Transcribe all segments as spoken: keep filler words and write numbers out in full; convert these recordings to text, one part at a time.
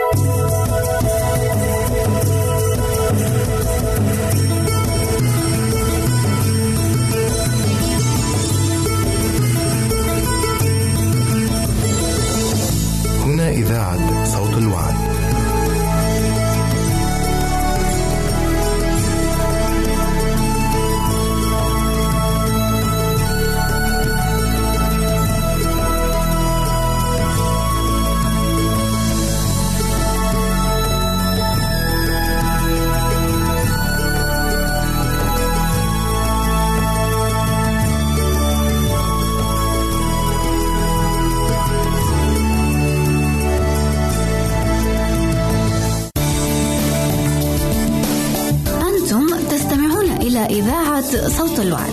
هنا إذاعة صوت الوعد. إذاعة صوت الوعد.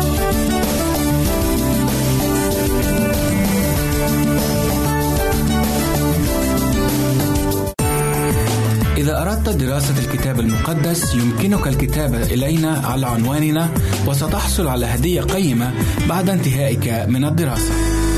إذا أردت دراسة الكتاب المقدس يمكنك الكتابة إلينا على عنواننا، وستحصل على هدية قيمة بعد انتهائك من الدراسة.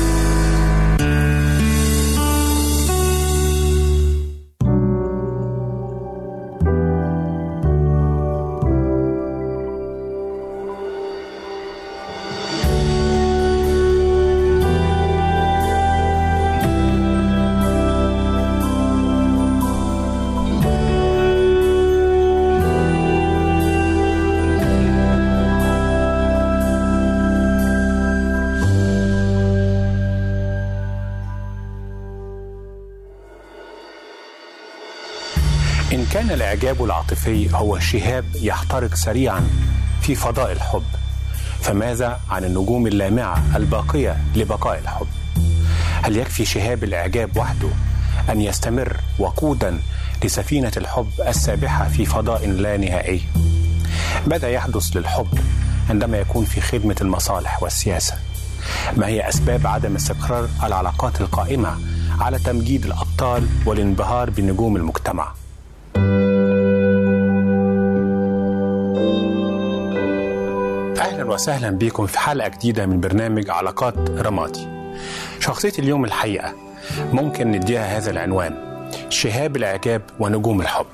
إن كان الإعجاب العاطفي هو شهاب يحترق سريعا في فضاء الحب، فماذا عن النجوم اللامعة الباقية لبقاء الحب؟ هل يكفي شهاب الإعجاب وحده أن يستمر وقودا لسفينة الحب السابحة في فضاء لا نهائي؟ ماذا يحدث للحب عندما يكون في خدمة المصالح والسياسة؟ ما هي أسباب عدم استقرار العلاقات القائمة على تمجيد الأبطال والانبهار بنجوم المجتمع؟ أهلا وسهلا بكم في حلقة جديدة من برنامج علاقات رمادي. شخصية اليوم الحقيقة ممكن نديها هذا العنوان: شهاب الإعجاب ونجوم الحب.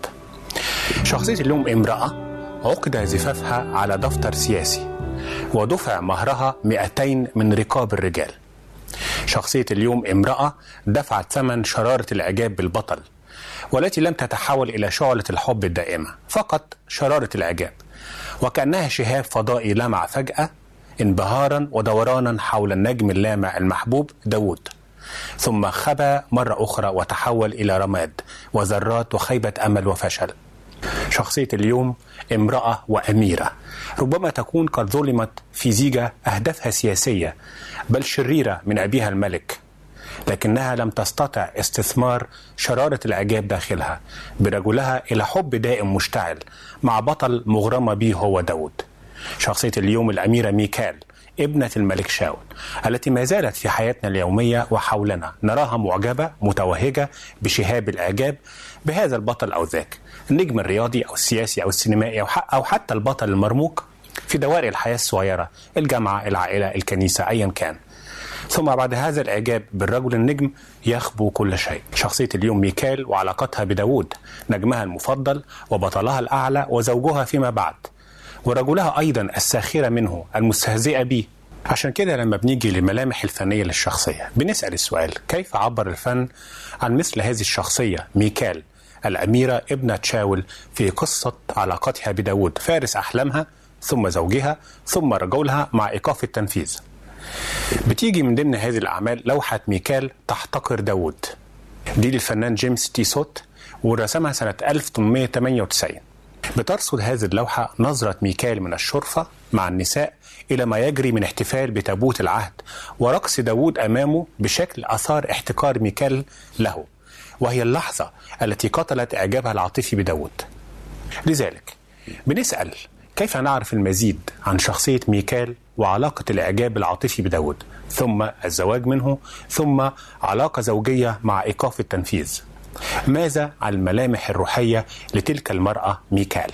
شخصية اليوم امرأة عقد زفافها على دفتر سياسي ودفع مهرها مئتين من رقاب الرجال. شخصية اليوم امرأة دفعت ثمن شرارة الإعجاب بالبطل، والتي لم تتحول إلى شعلة الحب الدائمة، فقط شرارة الإعجاب، وكأنها شهاب فضائي لمع فجأة انبهارا ودورانا حول النجم اللامع المحبوب داود، ثم خبى مرة أخرى وتحول إلى رماد وذرات وخيبة أمل وفشل. شخصية اليوم امرأة وأميرة، ربما تكون قد ظلمت في زيجة أهدافها سياسية بل شريرة من أبيها الملك، لكنها لم تستطع استثمار شرارة الإعجاب داخلها برجلها إلى حب دائم مشتعل مع بطل مغرمة به هو داود. شخصية اليوم الأميرة ميكال ابنة الملك شاول، التي ما زالت في حياتنا اليومية وحولنا نراها معجبة متوهجة بشهاب الإعجاب بهذا البطل أو ذاك، النجم الرياضي أو السياسي أو السينمائي أو حتى البطل المرموق في دوائر الحياة الصغيرة، الجامعة، العائلة، الكنيسة، أيا كان. ثم بعد هذا الإعجاب بالرجل النجم يخبو كل شيء. شخصية اليوم ميكال وعلاقتها بداود، نجمها المفضل وبطلها الأعلى وزوجها فيما بعد، ورجلها أيضا الساخرة منه المستهزئة به. عشان كده لما بنيجي للملامح الفنية للشخصية بنسأل السؤال: كيف عبر الفن عن مثل هذه الشخصية ميكال الأميرة ابنة شاول في قصة علاقتها بداود، فارس أحلامها ثم زوجها ثم رجلها مع إيقاف التنفيذ؟ بتيجي من ضمن هذه الأعمال لوحة ميكال تحتقر داود، دي للفنان جيمس تيسوت ورسمها سنة ألف وثمانمائة وثمانية وتسعين. بترصد هذه اللوحة نظرة ميكال من الشرفة مع النساء إلى ما يجري من احتفال بتابوت العهد ورقص داود أمامه بشكل أثار احتقار ميكال له، وهي اللحظة التي قتلت إعجابها العاطفي بداود. لذلك بنسأل: كيف نعرف المزيد عن شخصية ميكال وعلاقة الإعجاب العاطفي بداود، ثم الزواج منه، ثم علاقة زوجية مع إيقاف التنفيذ؟ ماذا عن الملامح الروحية لتلك المرأة ميكال؟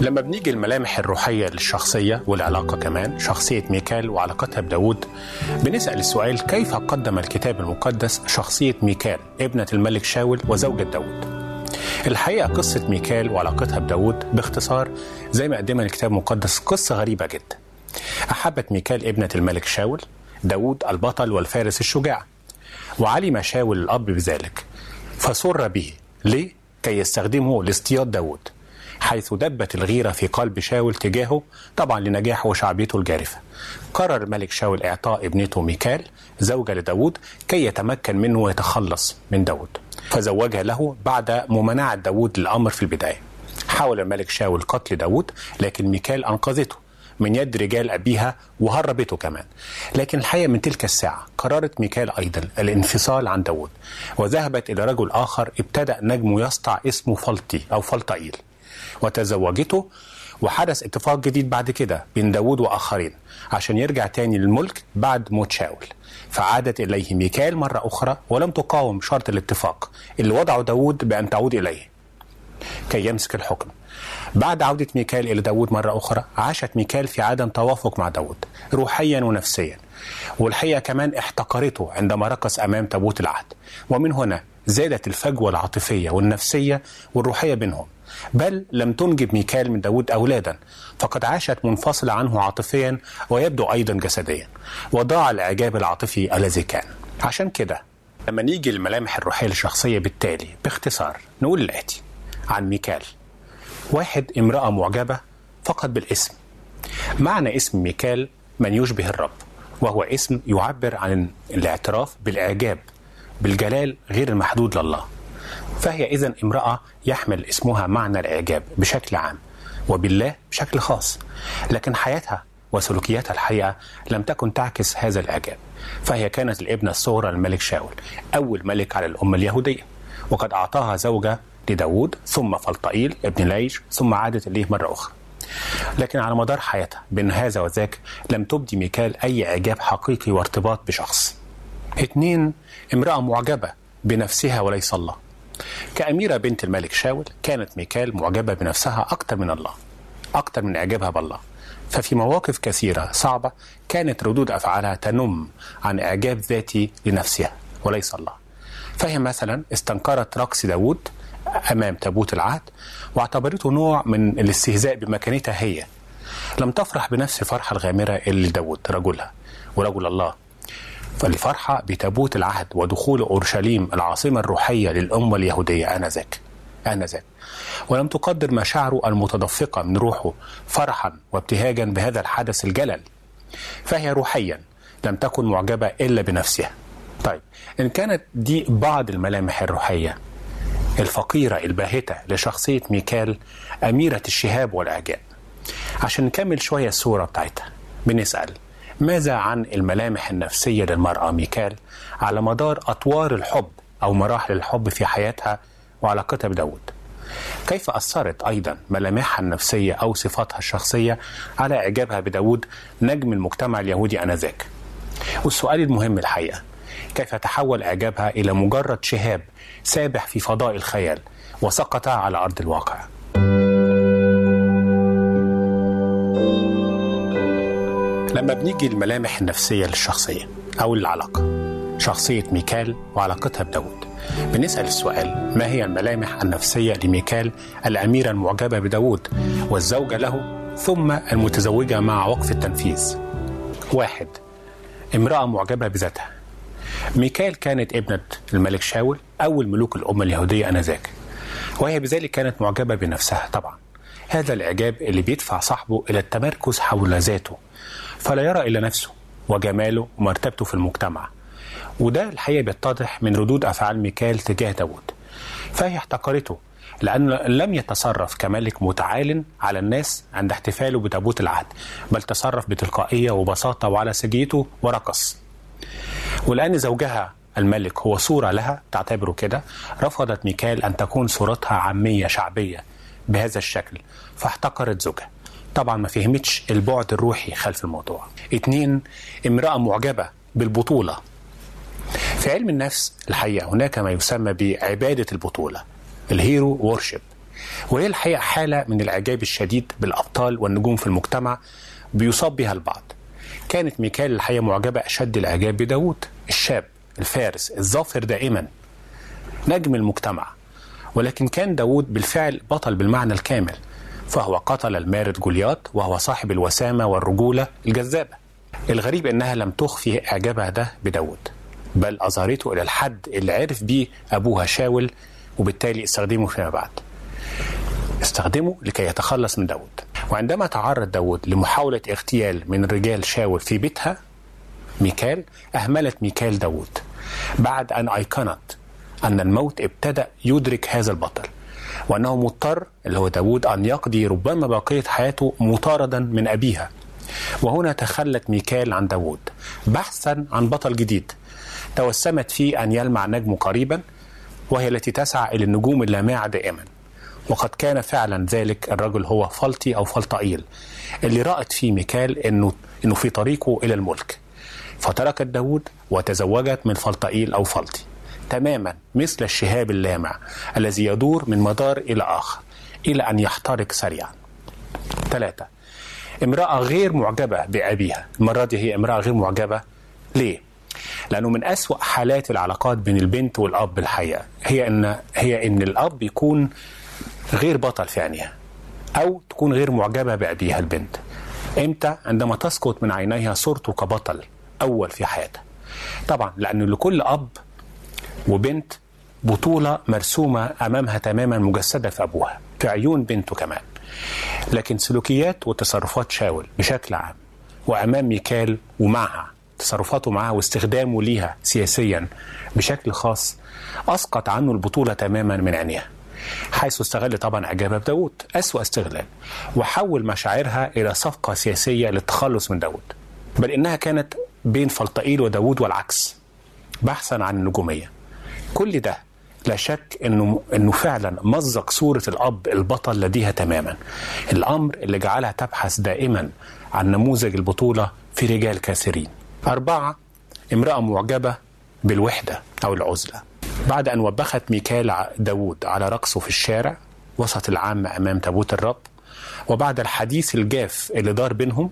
لما بنيجي الملامح الروحية للشخصية والعلاقة كمان، شخصية ميكال وعلاقتها بداود، بنسأل السؤال: كيف قدم الكتاب المقدس شخصية ميكال ابنة الملك شاول وزوجة داود؟ الحقيقة قصة ميكال وعلاقتها بداود باختصار زي ما قدمها الكتاب المقدس قصة غريبة جدا. أحبت ميكال ابنة الملك شاول داود البطل والفارس الشجاع، وعلم شاول الأب بذلك فسر به. ليه؟ كي يستخدمه لاصطياد داود، حيث دبت الغيرة في قلب شاول تجاهه، طبعا لنجاحه وشعبيته الجارفة. قرر الملك شاول إعطاء ابنته ميكال زوجة لداود كي يتمكن منه ويتخلص من داود، فزوجها له بعد ممانعة داود للأمر في البداية. حاول الملك شاول قتل داود، لكن ميكال أنقذته من يد رجال أبيها وهربته كمان. لكن الحقيقة من تلك الساعة قررت ميكال أيضا الانفصال عن داود، وذهبت إلى رجل آخر ابتدأ نجمه يسطع اسمه فلطي أو فلطائيل، وتزوجته. وحدث اتفاق جديد بعد كده بين داود وآخرين عشان يرجع تاني للملك بعد موت شاول. فعادت إليه ميكال مرة أخرى ولم تقاوم شرط الاتفاق اللي وضعه داود بأن تعود إليه كي يمسك الحكم. بعد عودة ميكال إلى داود مرة أخرى، عاشت ميكال في عدم توافق مع داود روحيا ونفسيا، والحقيقة كمان احتقرته عندما رقص أمام تابوت العهد. ومن هنا زادت الفجوة العاطفية والنفسية والروحية بينهم، بل لم تنجب ميكال من داود أولادا، فقد عاشت منفصلة عنه عاطفيا ويبدو أيضا جسديا، وضاع الإعجاب العاطفي الذي كان. عشان كده لما نيجي الملامح الروحية للشخصية بالتالي باختصار نقول الآتي عن ميكال: واحد، امرأة معجبة فقط بالاسم. معنى اسم ميكال من يشبه الرب، وهو اسم يعبر عن الاعتراف بالإعجاب بالجلال غير المحدود لله. فهي إذن امرأة يحمل اسمها معنى الإعجاب بشكل عام وبالله بشكل خاص، لكن حياتها وسلوكياتها الحقيقة لم تكن تعكس هذا الإعجاب. فهي كانت الابنة الصغرى للملك شاول، أول ملك على الأمة اليهودية، وقد أعطاها زوجة لداود ثم فلطائيل ابن ليش، ثم عادت إليه مرة أخرى. لكن على مدار حياتها بين هذا وذاك لم تبدي ميكال أي إعجاب حقيقي وارتباط بشخص. اثنين، امرأة معجبة بنفسها وليس الله. كأميرة بنت الملك شاول كانت ميكال معجبة بنفسها أكثر من الله، أكثر من إعجابها بالله. ففي مواقف كثيرة صعبة كانت ردود أفعالها تنم عن إعجاب ذاتي لنفسها وليس الله. فهي مثلا استنكرت رقص داود أمام تابوت العهد واعتبرته نوع من الاستهزاء بمكانتها هي. لم تفرح بنفس الفرحة الغامرة اللي داود رجلها ورجل الله، فالفرحة بتابوت العهد ودخول أورشليم العاصمة الروحية للأمة اليهودية آنذاك آنذاك ولم تقدر مشاعره المتدفقة من روحه فرحا وابتهاجا بهذا الحدث الجلل. فهي روحيا لم تكن معجبة إلا بنفسها. طيب، إن كانت دي بعض الملامح الروحية الفقيرة الباهتة لشخصية ميكال أميرة الشهاب والإعجاب، عشان نكمل شوية الصورة بتاعتها بنسأل: ماذا عن الملامح النفسية للمرأة ميكال على مدار أطوار الحب أو مراحل الحب في حياتها وعلاقتها بداود؟ كيف أثرت أيضا ملامحها النفسية أو صفاتها الشخصية على إعجابها بداود نجم المجتمع اليهودي آنذاك؟ والسؤال المهم الحقيقة: كيف تحول إعجابها إلى مجرد شهاب سابح في فضاء الخيال وسقط على أرض الواقع؟ لما بنيجي الملامح النفسية للشخصية أو العلاقة، شخصية ميكال وعلاقتها بداود، بنسأل السؤال: ما هي الملامح النفسية لميكال الأميرة المعجبة بداود والزوجة له ثم المتزوجة مع وقف التنفيذ؟ واحد، امرأة معجبة بذاتها. ميكال كانت ابنة الملك شاول أول ملوك الأمة اليهودية آنذاك، وهي بذلك كانت معجبة بنفسها. طبعا هذا الإعجاب اللي بيدفع صاحبه إلى التمركز حول ذاته، فلا يرى إلا نفسه وجماله ومرتبته في المجتمع. وده الحقيقة بيتضح من ردود أفعال ميكال تجاه داود. فهي احتقرته لأنه لم يتصرف كملك متعال على الناس عند احتفاله بتابوت العهد، بل تصرف بتلقائية وبساطة وعلى سجيته ورقص. ولأن زوجها الملك هو صورة لها تعتبره كده، رفضت ميكال أن تكون صورتها عامية شعبية بهذا الشكل، فاحتقرت زوجها. طبعا ما فهمتش البعد الروحي خلف الموضوع. اتنين، امرأة معجبة بالبطولة. في علم النفس الحقيقة هناك ما يسمى بعبادة البطولة، الهيرو وورشيب. وهي الحقيقة حالة من الإعجاب الشديد بالأبطال والنجوم في المجتمع بيصاب بها البعض. كانت ميكال الحقيقة معجبة أشد الإعجاب بداود الشاب الفارس الظافر دائما نجم المجتمع، ولكن كان داود بالفعل بطل بالمعنى الكامل، فهو قتل المارد جولياط وهو صاحب الوسامة والرجولة الجذابة. الغريب أنها لم تخفي إعجابها ده بداود، بل أظهرته إلى الحد اللي عرف بيه أبوها شاول، وبالتالي استخدمه فيما بعد استخدمه لكي يتخلص من داود. وعندما تعرض داود لمحاولة اغتيال من رجال شاول في بيتها ميكال، أهملت ميكال داود بعد أن أيقنت أن الموت ابتدأ يدرك هذا البطل، وأنه مضطر اللي هو داود أن يقضي ربما بقية حياته مطاردا من أبيها. وهنا تخلت ميكال عن داود بحثا عن بطل جديد توسمت فيه أن يلمع نجمه قريبا، وهي التي تسعى إلى النجوم اللامعة دائما. وقد كان فعلا ذلك الرجل هو فلطي أو فلطائيل، اللي رأت فيه ميكال إنه, إنه في طريقه إلى الملك، فتركت داود وتزوجت من فلطائيل أو فلطي، تماما مثل الشهاب اللامع الذي يدور من مدار إلى آخر إلى أن يحترق سريعا. ثلاثة، امرأة غير معجبة بأبيها. المرة دي هي امرأة غير معجبة. ليه؟ لأنه من أسوأ حالات العلاقات بين البنت والأب الحقيقة هي إن هي إن الأب يكون غير بطل في عينيها، أو تكون غير معجبة بأبيها البنت. إمتى؟ عندما تسقط من عينيها صورته كبطل أول في حياتها. طبعا لأنه لكل أب وبنت بطولة مرسومة أمامها تماما مجسدة في أبوها في عيون بنته كمان. لكن سلوكيات وتصرفات شاول بشكل عام وأمام ميكال ومعها تصرفاته معها واستخدامه ليها سياسيا بشكل خاص أسقط عنه البطولة تماما من عينيها، حيث استغل طبعا إعجابها بداود أسوأ استغلال، وحول مشاعرها إلى صفقة سياسية للتخلص من داود، بل إنها كانت بين فلطائيل وداود والعكس بحثا عن النجومية. كل ده لا شك إنه, إنه فعلا مزق صورة الأب البطل لديها تماما، الأمر اللي جعلها تبحث دائما عن نموذج البطولة في رجال كثيرين. أربعة، امرأة معجبة بالوحدة أو العزلة. بعد أن وبخت ميكال داود على رقصه في الشارع وسط العامة أمام تابوت الرب، وبعد الحديث الجاف اللي دار بينهم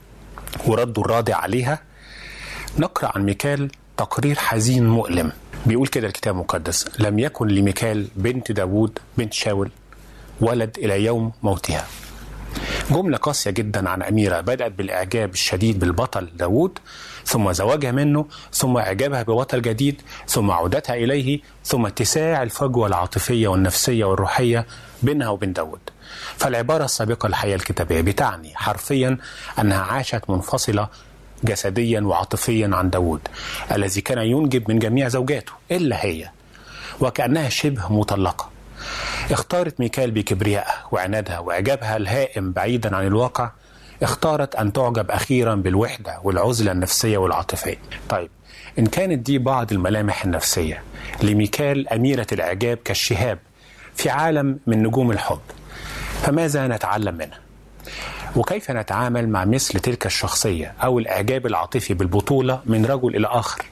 ورده الراضي عليها، نقرأ عن ميكال تقرير حزين مؤلم. بيقول كده الكتاب المقدس: لم يكن لميكال بنت داود بنت شاول ولد إلى يوم موتها. جملة قاسية جدا عن أميرة بدأت بالإعجاب الشديد بالبطل داود، ثم زواجها منه، ثم إعجابها ببطل جديد، ثم عودتها إليه، ثم اتساع الفجوة العاطفية والنفسية والروحية بينها وبين داود. فالعبارة السابقة الحقيقة الكتابية بتعني حرفيا أنها عاشت منفصلة جسديا وعاطفيا عن داود الذي كان ينجب من جميع زوجاته إلا هي، وكأنها شبه مطلقة. اختارت ميكال بكبريائها وعنادها وإعجابها الهائم بعيدا عن الواقع، اختارت أن تعجب أخيرا بالوحدة والعزلة النفسية والعاطفية. طيب، إن كانت دي بعض الملامح النفسية لميكال أميرة الإعجاب كالشهاب في عالم من نجوم الحب، فماذا نتعلم منها؟ وكيف نتعامل مع مثل تلك الشخصية أو الإعجاب العاطفي بالبطولة من رجل إلى آخر؟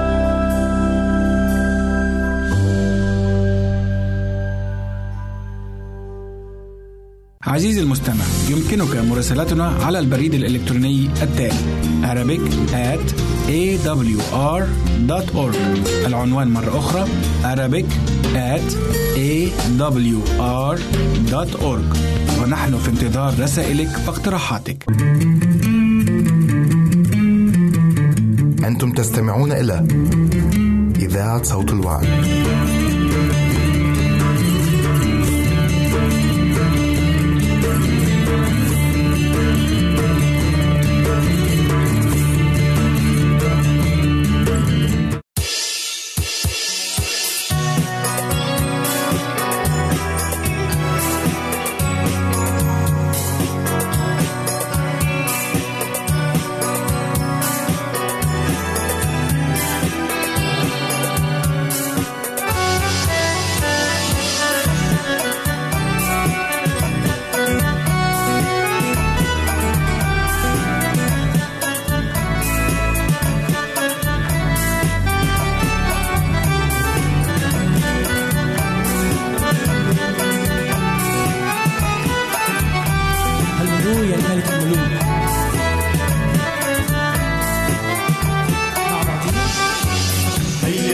عزيزي المستمع، يمكنك مراسلتنا على البريد الإلكتروني التالي arabic at a w r dot org. العنوان مرة أخرى arabic at a w r dot org، ونحن في انتظار رسائلك واقتراحاتك. أنتم تستمعون إلى إذاعة صوت الوعد.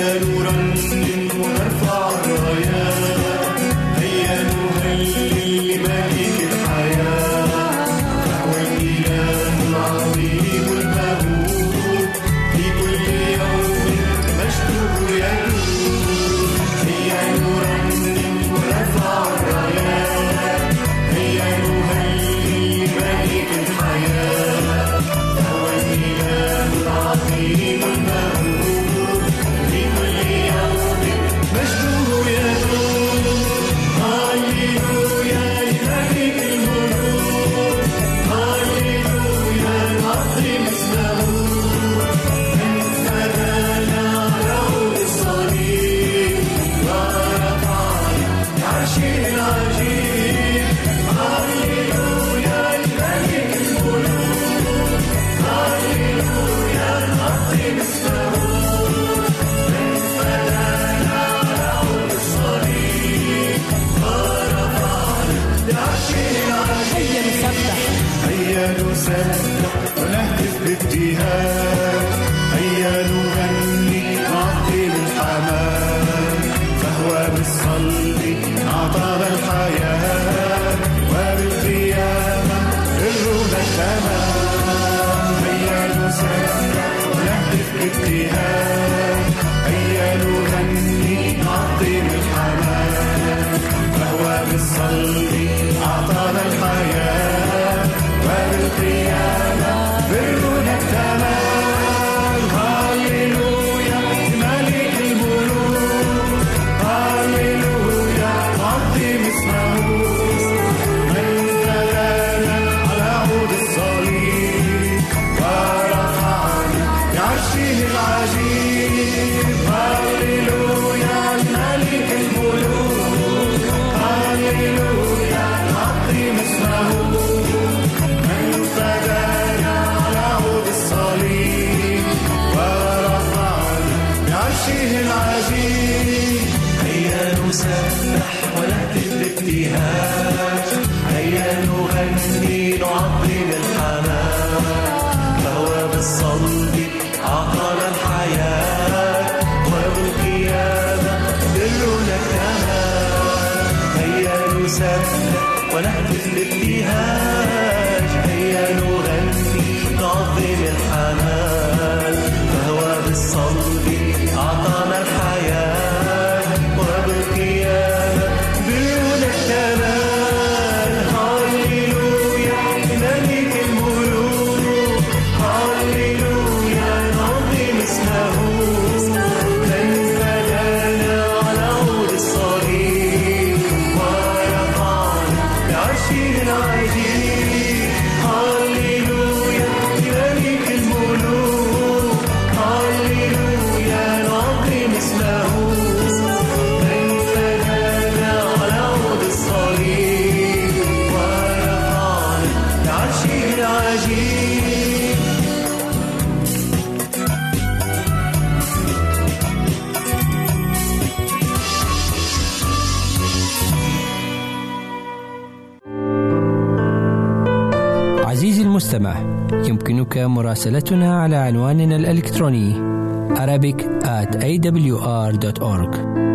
عزيزي المستمع، يمكنك مراسلتنا على عنواننا الإلكتروني arabic at a w r dot org.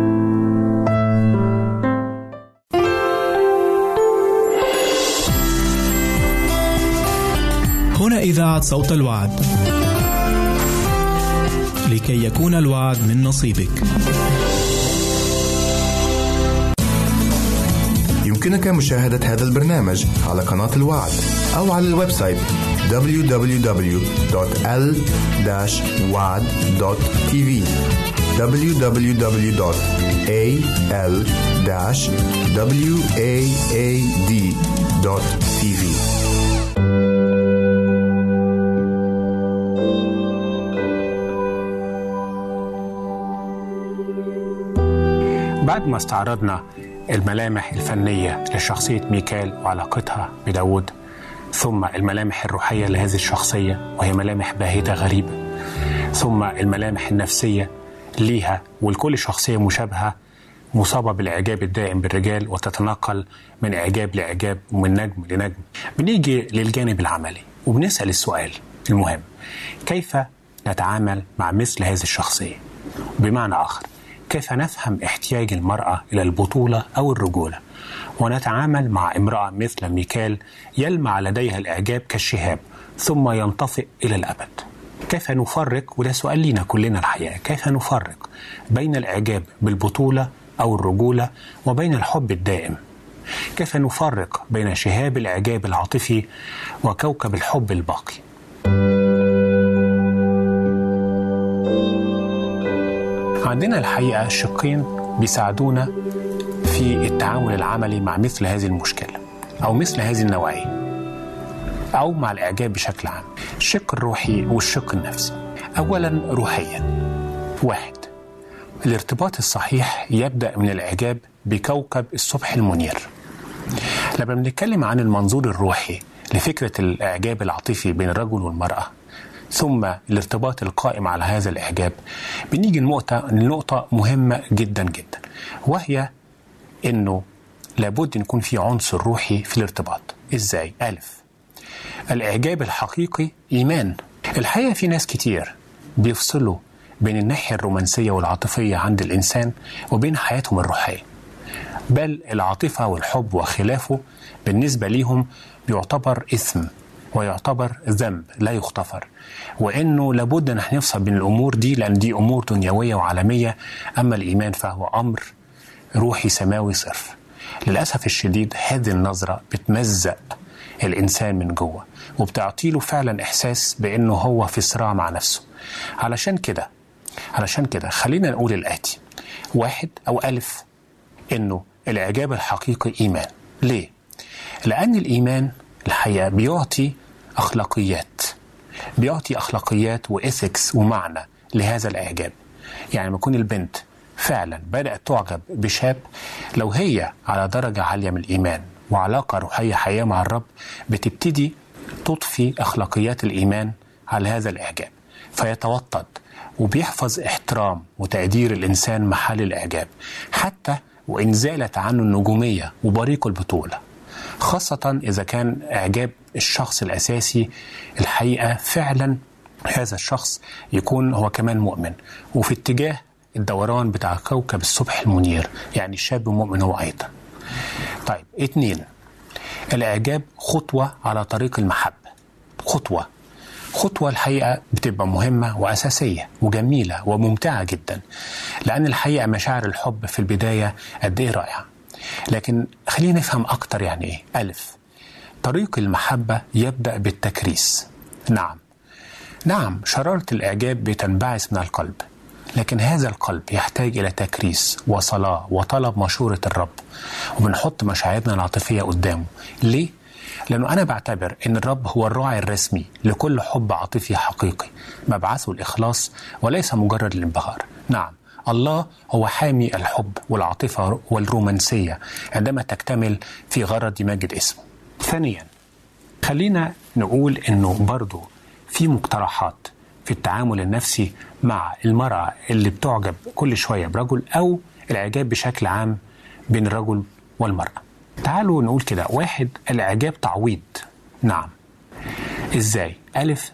هنا إذاعة صوت الوعد، لكي يكون الوعد من نصيبك. يمكنك مشاهدة هذا البرنامج على قناة الوعد أو على الويب سايت دبليو دبليو دبليو دوت ال وعد دوت تي في دبليو دبليو دبليو دوت a l wad دوت تي في. بعد ما استعرضنا الملامح الفنية لشخصية ميكال وعلاقتها بداود، ثم الملامح الروحية لهذه الشخصية وهي ملامح باهتة غريبة، ثم الملامح النفسية ليها ولكل شخصية مشابهة مصابة بالإعجاب الدائم بالرجال وتتنقل من إعجاب لإعجاب ومن نجم لنجم، بنيجي للجانب العملي وبنسأل السؤال المهم: كيف نتعامل مع مثل هذه الشخصية؟ بمعنى آخر، كيف نفهم احتياج المرأة إلى البطولة أو الرجولة ونتعامل مع امرأة مثل ميكال يلمع لديها الإعجاب كالشهاب ثم ينطفئ إلى الأبد. كيف نفرق، وده سؤال لنا كلنا الحقيقة، كيف نفرق بين الإعجاب بالبطولة أو الرجولة وبين الحب الدائم؟ كيف نفرق بين شهاب الإعجاب العاطفي وكوكب الحب الباقي؟ عندنا الحقيقة شقين بيساعدونا في التعامل العملي مع مثل هذه المشكلة أو مثل هذه النوعية أو مع الإعجاب بشكل عام، الشق الروحي والشق النفسي. أولا روحيا، واحد، الارتباط الصحيح يبدأ من الإعجاب بكوكب الصبح المنير. لما بنتكلم عن المنظور الروحي لفكرة الإعجاب العاطفي بين الرجل والمرأة ثم الارتباط القائم على هذا الإعجاب، بنيجي النقطة النقطة مهمة جدا جدا، وهي إنه لابد يكون في عنصر روحي في الارتباط. إزاي؟ ألف، الإعجاب الحقيقي إيمان. الحقيقة في ناس كتير بيفصلوا بين الناحية الرومانسية والعاطفية عند الإنسان وبين حياتهم الروحية، بل العاطفة والحب وخلافه بالنسبة ليهم بيعتبر إثم ويعتبر ذنب لا يغتفر، وإنه لابد أن نفصل بين الأمور دي لأن دي أمور دنيوية وعالمية، أما الإيمان فهو أمر روحي سماوي صرف. للأسف الشديد هذه النظرة بتمزق الإنسان من جوه وبتعطيله فعلا إحساس بأنه هو في صراع مع نفسه. علشان كده علشان كده خلينا نقول الآتي، واحد أو ألف، إنه الإعجاب الحقيقي إيمان. ليه؟ لأن الإيمان الحقيقة بيعطي أخلاقيات بيعطي أخلاقيات وإثكس ومعنى لهذا الإعجاب. يعني لما يكون البنت فعلا بدأت تعجب بشاب، لو هي على درجة عالية من الإيمان وعلاقة روحية حياة مع الرب، بتبتدي تضفي أخلاقيات الإيمان على هذا الإعجاب فيتوطد وبيحفظ احترام وتقدير الإنسان محل الإعجاب، حتى وإن زالت عنه النجومية وبريق البطولة، خاصة إذا كان إعجاب الشخص الأساسي الحقيقة فعلا هذا الشخص يكون هو كمان مؤمن وفي اتجاه الدوران بتاع كوكب الصبح المنير، يعني شاب مؤمن هو أيضا. طيب اتنين، الإعجاب خطوة على طريق المحبة. خطوة خطوة الحقيقة بتبقى مهمة وأساسية وجميلة وممتعة جدا، لأن الحقيقة مشاعر الحب في البداية قد إيه رائعة. لكن خلينا نفهم أكتر يعني إيه. ألف، طريق المحبة يبدأ بالتكريس. نعم نعم شرارة الإعجاب بتنبعث من القلب، لكن هذا القلب يحتاج إلى تكريس وصلاة وطلب مشورة الرب، وبنحط مشاعرنا العاطفية قدامه. ليه؟ لأنه أنا بعتبر أن الرب هو الراعي الرسمي لكل حب عاطفي حقيقي، مبعثه الإخلاص وليس مجرد الانبهار. نعم الله هو حامي الحب والعاطفة والرومانسية عندما تكتمل في غرض مجد اسمه. ثانيا، خلينا نقول أنه برضو في مقترحات في التعامل النفسي مع المرأة اللي بتعجب كل شوية برجل أو الإعجاب بشكل عام بين الرجل والمرأة. تعالوا نقول كده. واحد، الإعجاب تعويض. نعم إزاي؟ ألف،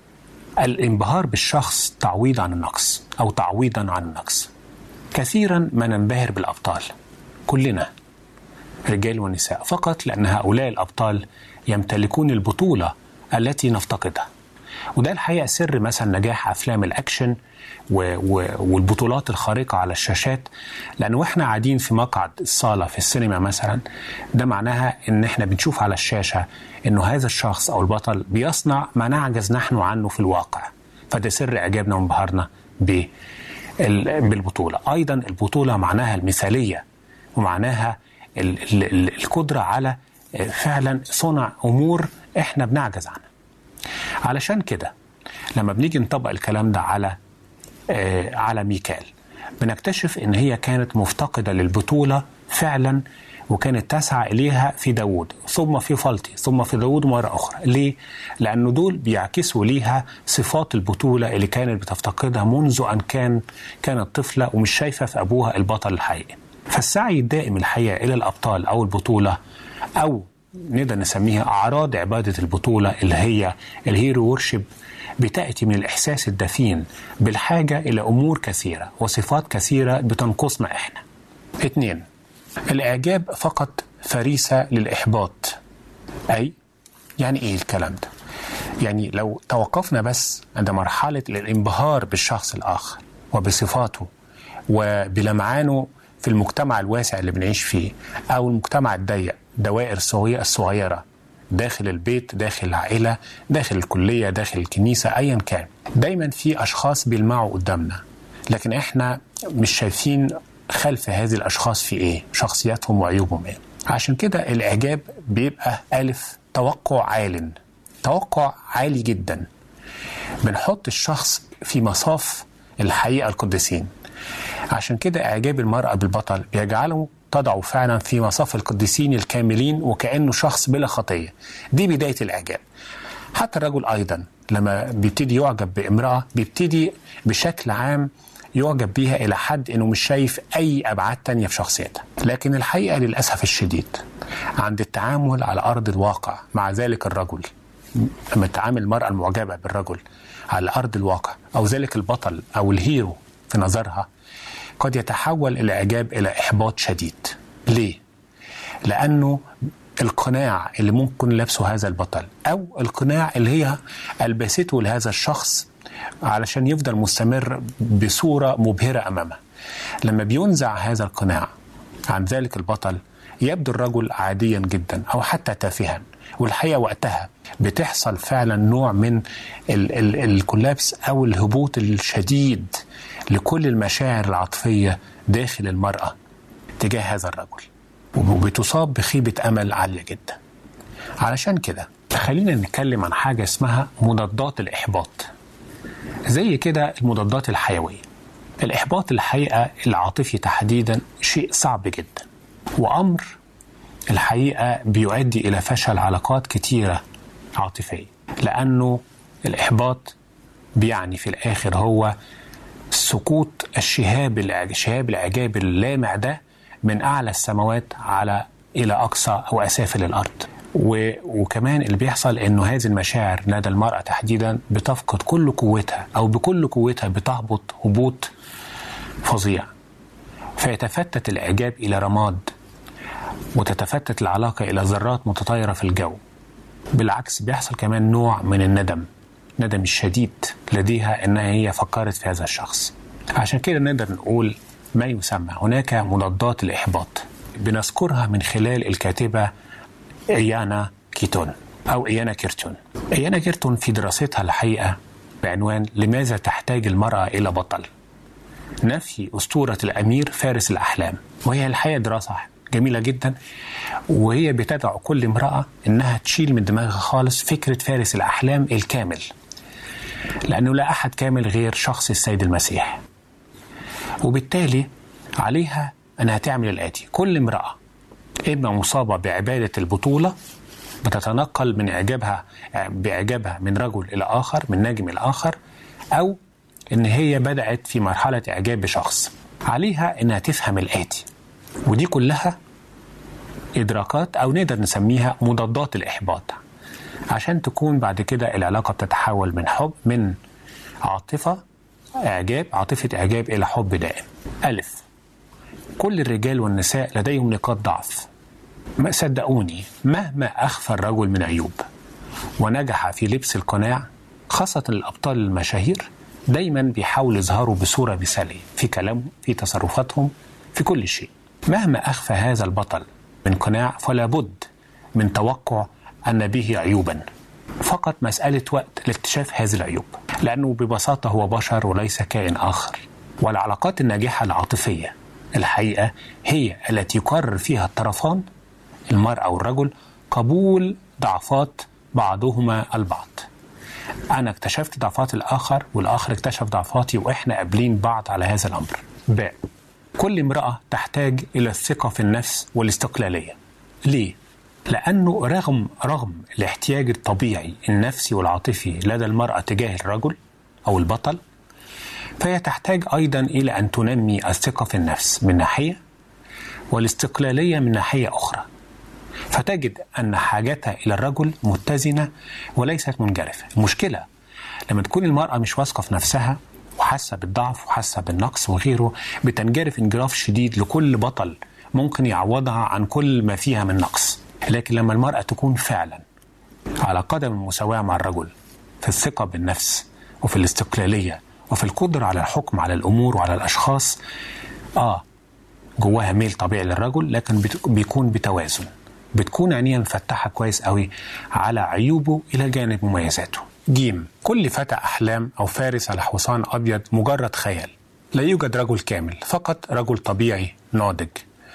الانبهار بالشخص تعويض عن النقص أو تعويضا عن النقص. كثيرا ما ننبهر بالأبطال كلنا، رجال ونساء، فقط لأن هؤلاء الأبطال يمتلكون البطولة التي نفتقدها. وده الحقيقة سر مثلا نجاح أفلام الأكشن والبطولات الخارقة على الشاشات، لأنه إحنا قاعدين في مقعد الصالة في السينما مثلا، ده معناها إن إحنا بنشوف على الشاشة إنه هذا الشخص أو البطل بيصنع ما نعجز نحن عنه في الواقع، فده سر إعجابنا وانبهارنا بالبطولة. أيضا البطولة معناها المثالية ومعناها القدرة على فعلا صنع أمور إحنا بنعجز عنها. علشان كده لما بنيجي نطبق الكلام ده على آه على ميكال، بنكتشف ان هي كانت مفتقدة للبطولة فعلا، وكانت تسعى اليها في داود ثم في فلطي ثم في داود مرة اخرى. ليه؟ لانه دول بيعكسوا ليها صفات البطولة اللي كانت بتفتقدها منذ ان كان كانت طفلة ومش شايفة في ابوها البطل الحقيقي. فالسعي الدائم الحقيقة الى الابطال او البطولة، او نقدر نسميها أعراض عبادة البطولة اللي هي الهيرو وورشيب، بتأتي من الإحساس الدفين بالحاجة إلى أمور كثيرة وصفات كثيرة بتنقصنا إحنا. اثنين، الإعجاب فقط فريسة للإحباط. أي يعني إيه الكلام ده؟ يعني لو توقفنا بس عند مرحلة الانبهار بالشخص الآخر وبصفاته وبلمعانه في المجتمع الواسع اللي بنعيش فيه أو المجتمع الضيق، دوائر الصغيرة داخل البيت، داخل العائلة، داخل الكلية، داخل الكنيسة، أيا كان، دايما في أشخاص بيلمعوا قدامنا، لكن إحنا مش شايفين خلف هذه الأشخاص في إيه، شخصياتهم وعيوبهم إيه. عشان كده الإعجاب بيبقى ألف توقع عال، توقع عالي جدا، بنحط الشخص في مصاف الحقيقة القديسين. عشان كده إعجاب المرأة بالبطل بيجعله تضعه فعلا في مصاف القديسين الكاملين وكأنه شخص بلا خطية. دي بداية الإعجاب. حتى الرجل أيضا لما بيبتدي يعجب بامرأة بيبتدي بشكل عام يعجب بيها إلى حد أنه مش شايف أي أبعاد تانية في شخصيتها. لكن الحقيقة للأسف الشديد عند التعامل على أرض الواقع مع ذلك الرجل، لما تعامل المرأة المعجبة بالرجل على أرض الواقع أو ذلك البطل أو الهيرو في نظرها، قد يتحول الإعجاب إلى إحباط شديد. ليه؟ لأنه القناع اللي ممكن لبسه هذا البطل أو القناع اللي هي ألبسته لهذا الشخص علشان يفضل مستمر بصورة مبهرة أمامه، لما بينزع هذا القناع عن ذلك البطل يبدو الرجل عاديا جدا أو حتى تافها. والحقيقة وقتها بتحصل فعلا نوع من الكولابس أو الهبوط الشديد لكل المشاعر العاطفية داخل المرأة تجاه هذا الرجل، وبتصاب بخيبة أمل عالية جدا. علشان كده خلينا نتكلم عن حاجة اسمها مضادات الإحباط، زي كده المضادات الحيوية. الإحباط الحقيقة العاطفي تحديدا شيء صعب جدا، وأمر الحقيقة بيؤدي إلى فشل علاقات كتيرة عاطفية، لأنه الإحباط بيعني في الآخر هو سقوط الشهاب الشهاب الإعجاب اللامع ده من أعلى السماوات على إلى أقصى أو أسافل الأرض. وكمان اللي بيحصل إنه هذه المشاعر لدى المرأة تحديدا بتفقد كل قوتها أو بكل قوتها بتهبط هبوط فظيع، فيتفتت الإعجاب إلى رماد وتتفتت العلاقة إلى ذرات متطايرة في الجو. بالعكس بيحصل كمان نوع من الندم، ندم الشديد لديها إنها هي فكرت في هذا الشخص. عشان كده نقدر نقول ما يسمى هناك مضادات الإحباط، بنذكرها من خلال الكاتبة إيانا كيتون أو إيانا كيرتون. إيانا كيرتون في دراستها الحقيقة بعنوان لماذا تحتاج المرأة إلى بطل، نفي أسطورة الأمير فارس الأحلام، وهي الحقيقة دراسة جميلة جدا، وهي بتدعو كل امرأة إنها تشيل من دماغها خالص فكرة فارس الأحلام الكامل، لأنه لا أحد كامل غير شخص السيد المسيح. وبالتالي عليها أنها تعمل الآتي: كل امرأة إما مصابة بعبادة البطولة بتتنقل من إعجابها بإعجابها من رجل إلى آخر، من نجم إلى آخر، أو إن هي بدأت في مرحلة إعجاب بشخص، عليها أنها تفهم الآتي. ودي كلها إدراكات أو نقدر نسميها مضادات الإحباط، عشان تكون بعد كده العلاقة بتتحول من حب من عاطفة إعجاب عاطفة إعجاب إلى حب دائم. ألف، كل الرجال والنساء لديهم نقاط ضعف. ما صدقوني مهما أخفى الرجل من عيوب ونجح في لبس القناع، خاصة الأبطال المشاهير دايما بيحاولوا يظهروا بصورة مثالية في كلامهم، في تصرفاتهم، في كل شيء. مهما أخفى هذا البطل من قناع فلا بد من توقع أن به عيوبا، فقط مسألة وقت لاكتشاف هذه العيوب، لأنه ببساطة هو بشر وليس كائن آخر. والعلاقات الناجحة العاطفية الحقيقة هي التي يقرر فيها الطرفان المرأة والرجل قبول ضعفات بعضهما البعض. أنا اكتشفت ضعفات الآخر والآخر اكتشف ضعفاتي، وإحنا قابلين بعض على هذا الأمر. ب، كل امرأة تحتاج إلى الثقة في النفس والاستقلالية. ليه؟ لأنه رغم رغم الاحتياج الطبيعي النفسي والعاطفي لدى المرأة تجاه الرجل أو البطل، فهي تحتاج أيضا إلى أن تنمي الثقة في النفس من ناحية والاستقلالية من ناحية أخرى، فتجد أن حاجتها إلى الرجل متزنة وليست منجرفة. المشكلة لما تكون المرأة مش واثقة في نفسها وحاسة بالضعف وحاسة بالنقص وغيره، بتنجرف انجراف شديد لكل بطل ممكن يعوضها عن كل ما فيها من نقص. لكن لما المرأة تكون فعلا على قدم المساواة مع الرجل في الثقة بالنفس وفي الاستقلالية وفي القدرة على الحكم على الأمور وعلى الأشخاص، آه جواها ميل طبيعي للرجل، لكن بيكون بتوازن، بتكون عينيها مفتحة كويس قوي على عيوبه إلى جانب مميزاته. جيم، كل فتى أحلام أو فارس على حصان أبيض مجرد خيال. لا يوجد رجل كامل، فقط رجل طبيعي ناضج،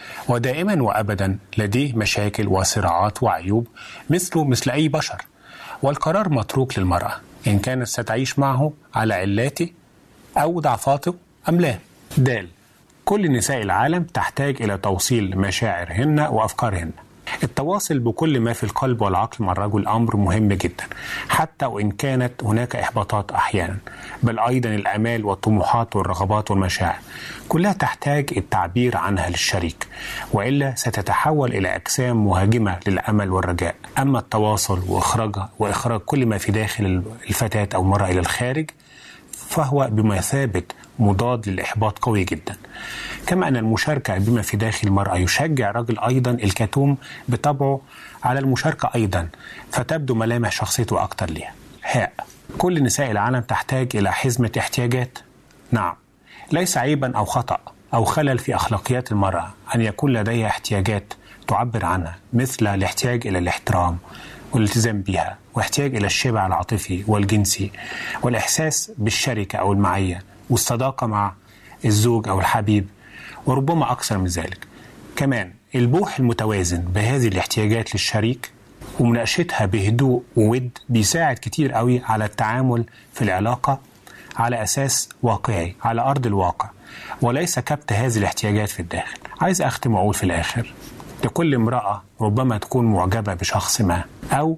ودائما وأبدا لديه مشاكل وصراعات وعيوب مثله مثل أي بشر، والقرار متروك للمرأة إن كانت ستعيش معه على علاته أو ضعفاته أم لا. دال، كل نساء العالم تحتاج إلى توصيل مشاعرهن وأفكارهن. التواصل بكل ما في القلب والعقل مع الرجل أمر مهم جدا، حتى وإن كانت هناك إحباطات أحيانا، بل أيضا الآمال والطموحات والرغبات والمشاعر كلها تحتاج التعبير عنها للشريك، وإلا ستتحول إلى أجسام مهاجمة للأمل والرجاء. أما التواصل وإخراجها وإخراج كل ما في داخل الفتاة أو المرأة إلى الخارج فهو بمثابة مضاد للإحباط قوي جدا. كما أن المشاركة بما في داخل المرأة يشجع الرجل أيضا الكتوم بطبعه على المشاركة أيضا، فتبدو ملامح شخصيته أكتر لها. هاء، كل نساء العالم تحتاج إلى حزمة احتياجات. نعم، ليس عيبا أو خطأ أو خلل في أخلاقيات المرأة أن يكون لديها احتياجات تعبر عنها، مثل الاحتياج إلى الاحترام والالتزام بها، واحتياج إلى الشبع العاطفي والجنسي، والإحساس بالشركة أو المعية، والصداقة مع الزوج أو الحبيب، وربما أكثر من ذلك. كمان البوح المتوازن بهذه الاحتياجات للشريك ومناقشتها بهدوء وود بيساعد كتير قوي على التعامل في العلاقة على أساس واقعي على أرض الواقع، وليس كبت هذه الاحتياجات في الداخل. عايز أختم وأقول في الآخر، لكل امرأة ربما تكون معجبة بشخص ما أو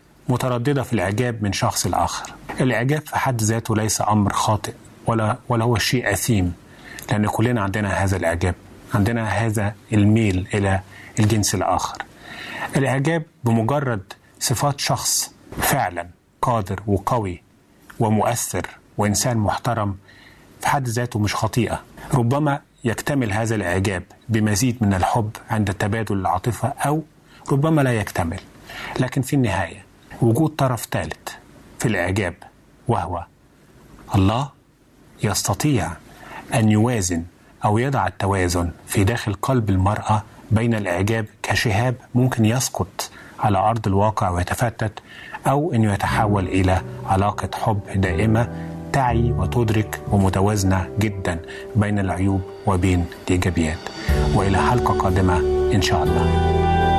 مترددة في الإعجاب من شخص الآخر. الإعجاب في حد ذاته ليس أمر خاطئ ولا, ولا هو شيء أثيم، لأن كلنا عندنا هذا الإعجاب، عندنا هذا الميل إلى الجنس الآخر. الإعجاب بمجرد صفات شخص فعلا قادر وقوي ومؤثر وإنسان محترم في حد ذاته مش خطيئة. ربما يكتمل هذا الإعجاب بمزيد من الحب عند تبادل العاطفة، أو ربما لا يكتمل. لكن في النهاية وجود طرف ثالث في الإعجاب، وهو الله، يستطيع أن يوازن أو يضع التوازن في داخل قلب المرأة بين الإعجاب كشهاب ممكن يسقط على أرض الواقع ويتفتت، أو أن يتحول إلى علاقة حب دائمة تعي وتدرك ومتوازنة جدا بين العيوب وبين الإيجابيات. وإلى حلقة قادمة إن شاء الله.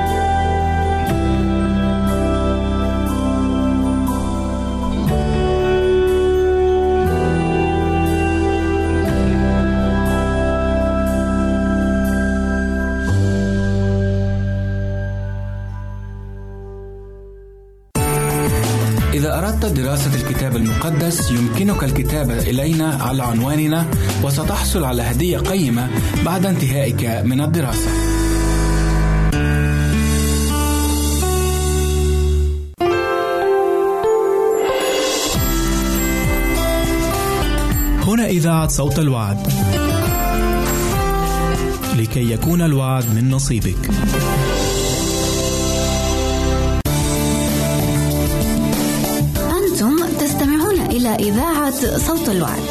إذا أردت دراسة الكتاب المقدس يمكنك الكتابة إلينا على عنواننا، وستحصل على هدية قيمة بعد انتهائك من الدراسة. هنا إذاعة صوت الوعد، لكي يكون الوعد من نصيبك. إلى إذاعة صوت الوعد.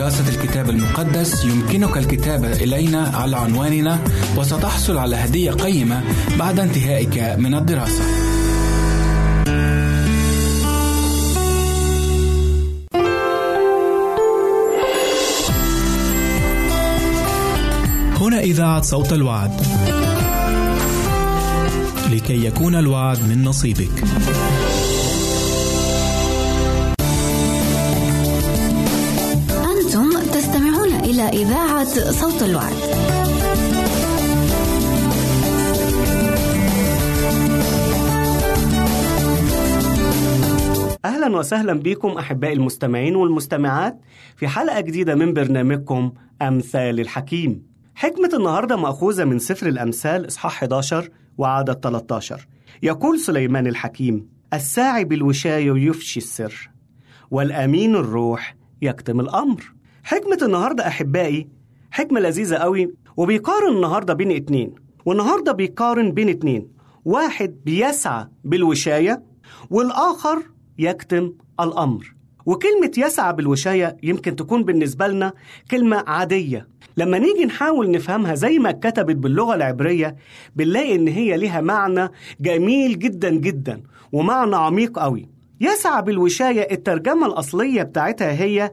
دراسة الكتاب المقدس يمكنك الكتابة إلينا على عنواننا، وستحصل على هدية قيمة بعد انتهائك من الدراسة. هنا إذاعة صوت الوعد، لكي يكون الوعد من نصيبك. أنتم تستمعون إلى إذاعة صوت الوعد. أهلا وسهلا بكم أحبائي المستمعين والمستمعات في حلقة جديدة من برنامجكم أمثال الحكيم. حكمة النهاردة مأخوذة من سفر الأمثال إصحاح إحدى عشر وعدد ثلاثة عشر. يقول سليمان الحكيم: الساعي بالوشاية يفشي السر، والأمين الروح يكتم الأمر. حكمة النهاردة أحبائي حكمة لذيذة قوي، وبيقارن النهاردة بين اتنين، والنهاردة بيقارن بين اتنين، واحد بيسعى بالوشاية والآخر يكتم الأمر. وكلمة يسعى بالوشاية يمكن تكون بالنسبة لنا كلمة عادية، لما نيجي نحاول نفهمها زي ما كتبت باللغة العبرية بنلاقي إن هي لها معنى جميل جدا جدا ومعنى عميق قوي. يسعى بالوشاية الترجمة الأصلية بتاعتها هي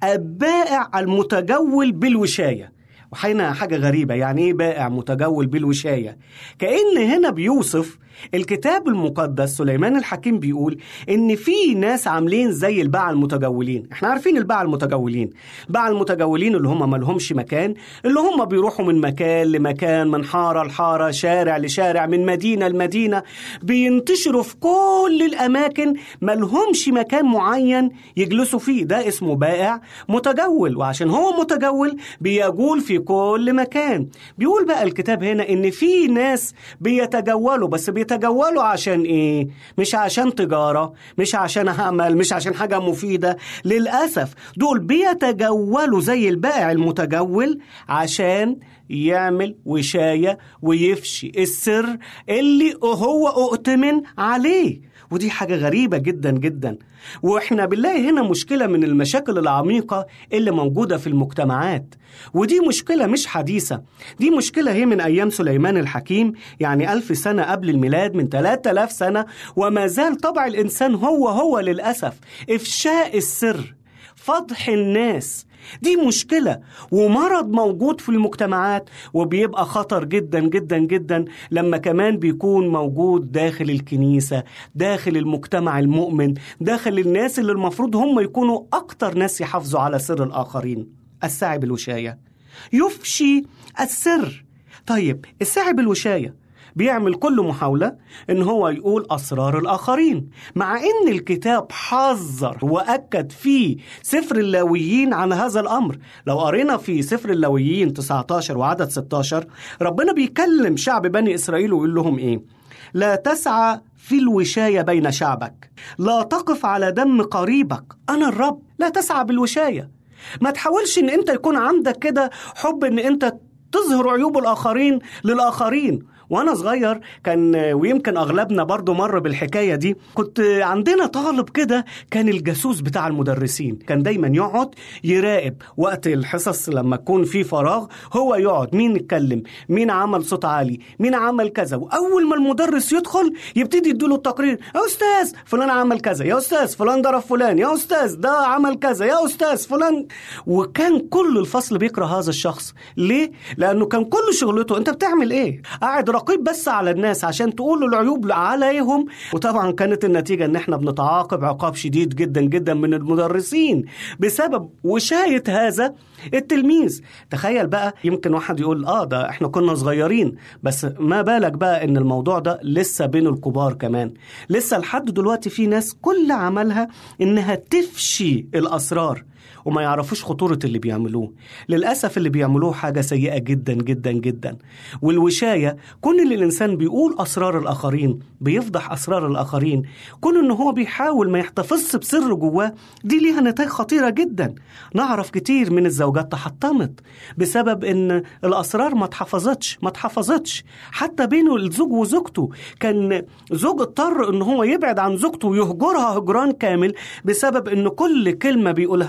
البائع المتجول بالوشاية. وحين حاجة غريبة، يعني إيه بائع متجول بالوشاية؟ كأن هنا بيوصف الكتاب المقدس سليمان الحكيم بيقول إن في ناس عاملين زي الباعة المتجولين. إحنا عارفين الباعة المتجولين، الباعة المتجولين اللي هم ملهمش مكان، اللي هم بيروحوا من مكان لمكان، من حارة لحارة، شارع لشارع، من مدينة لمدينة، بينتشروا في كل الأماكن، ملهمش مكان معين يجلسوا فيه. ده اسمه بائع متجول، وعشان هو متجول بيجول في كل مكان. بيقول بقى الكتاب هنا إن في ناس بيتجولوا، بس بيتجولوا عشان إيه؟ مش عشان تجارة، مش عشان عمل، مش عشان حاجة مفيدة. للأسف دول بيتجولوا زي البائع المتجول عشان يعمل وشاية ويفشي السر اللي هو اؤتمن عليه. ودي حاجة غريبة جدا جدا. وإحنا بنلاقي هنا مشكلة من المشاكل العميقة اللي موجودة في المجتمعات، ودي مشكلة مش حديثة، دي مشكلة هي من أيام سليمان الحكيم، يعني ألف سنة قبل الميلاد، من ثلاثة آلاف سنة، وما زال طبع الإنسان هو هو للأسف إفشاء السر، فضح الناس. دي مشكلة ومرض موجود في المجتمعات، وبيبقى خطر جدا جدا جدا لما كمان بيكون موجود داخل الكنيسة، داخل المجتمع المؤمن، داخل الناس اللي المفروض هم يكونوا أكتر ناس يحافظوا على سر الآخرين. الساعي بالوشاية يفشي السر. طيب الساعي بالوشاية بيعمل كل محاولة إن هو يقول أسرار الآخرين، مع إن الكتاب حذر وأكد في سفر اللاويين عن هذا الأمر. لو قرينا في سفر اللاويين تسعة عشر وعدد ستة عشر، ربنا بيكلم شعب بني إسرائيل ويقول لهم إيه؟ لا تسعى في الوشاية بين شعبك، لا تقف على دم قريبك، أنا الرب. لا تسعى بالوشاية. ما تحاولش إن أنت يكون عندك كده حب إن أنت تظهر عيوب الآخرين للآخرين. وأنا صغير كان، ويمكن أغلبنا برضو مر بالحكاية دي، كنت عندنا طالب كده كان الجاسوس بتاع المدرسين، كان دايما يقعد يراقب وقت الحصص لما يكون في فراغ، هو يقعد مين يتكلم، مين عمل صوت عالي، مين عمل كذا، وأول ما المدرس يدخل يبتدي يديله التقرير: يا أستاذ فلان عمل كذا، يا أستاذ فلان ضرب فلان، يا أستاذ ده عمل كذا، يا أستاذ فلان. وكان كل الفصل بيكره هذا الشخص. ليه؟ لأنه كان كل شغلته أنت بتعمل إيه؟ قاعد رقيب بس على الناس عشان تقولوا العيوب عليهم. وطبعا كانت النتيجة ان احنا بنتعاقب عقاب شديد جدا جدا من المدرسين بسبب وشاية هذا التلميذ. تخيل بقى، يمكن واحد يقول اه ده احنا كنا صغيرين، بس ما بالك بقى ان الموضوع ده لسه بين الكبار كمان. لسه لحد دلوقتي في ناس كل عملها انها تفشي الاسرار وما يعرفوش خطورة اللي بيعملوه. للأسف اللي بيعملوه حاجة سيئة جدا جدا جدا. والوشاية كون اللي الإنسان بيقول أسرار الآخرين، بيفضح أسرار الآخرين، كون إنه هو بيحاول ما يحتفظش بسر جواه، دي ليها نتائج خطيرة جدا. نعرف كتير من الزوجات تحطمت بسبب إن الأسرار ما تحفظتش ما تحفظتش حتى بينه الزوج وزوجته. كان زوج اضطر إن هو يبعد عن زوجته ويهجرها هجران كامل بسبب إن كل كلمة بيقولها لها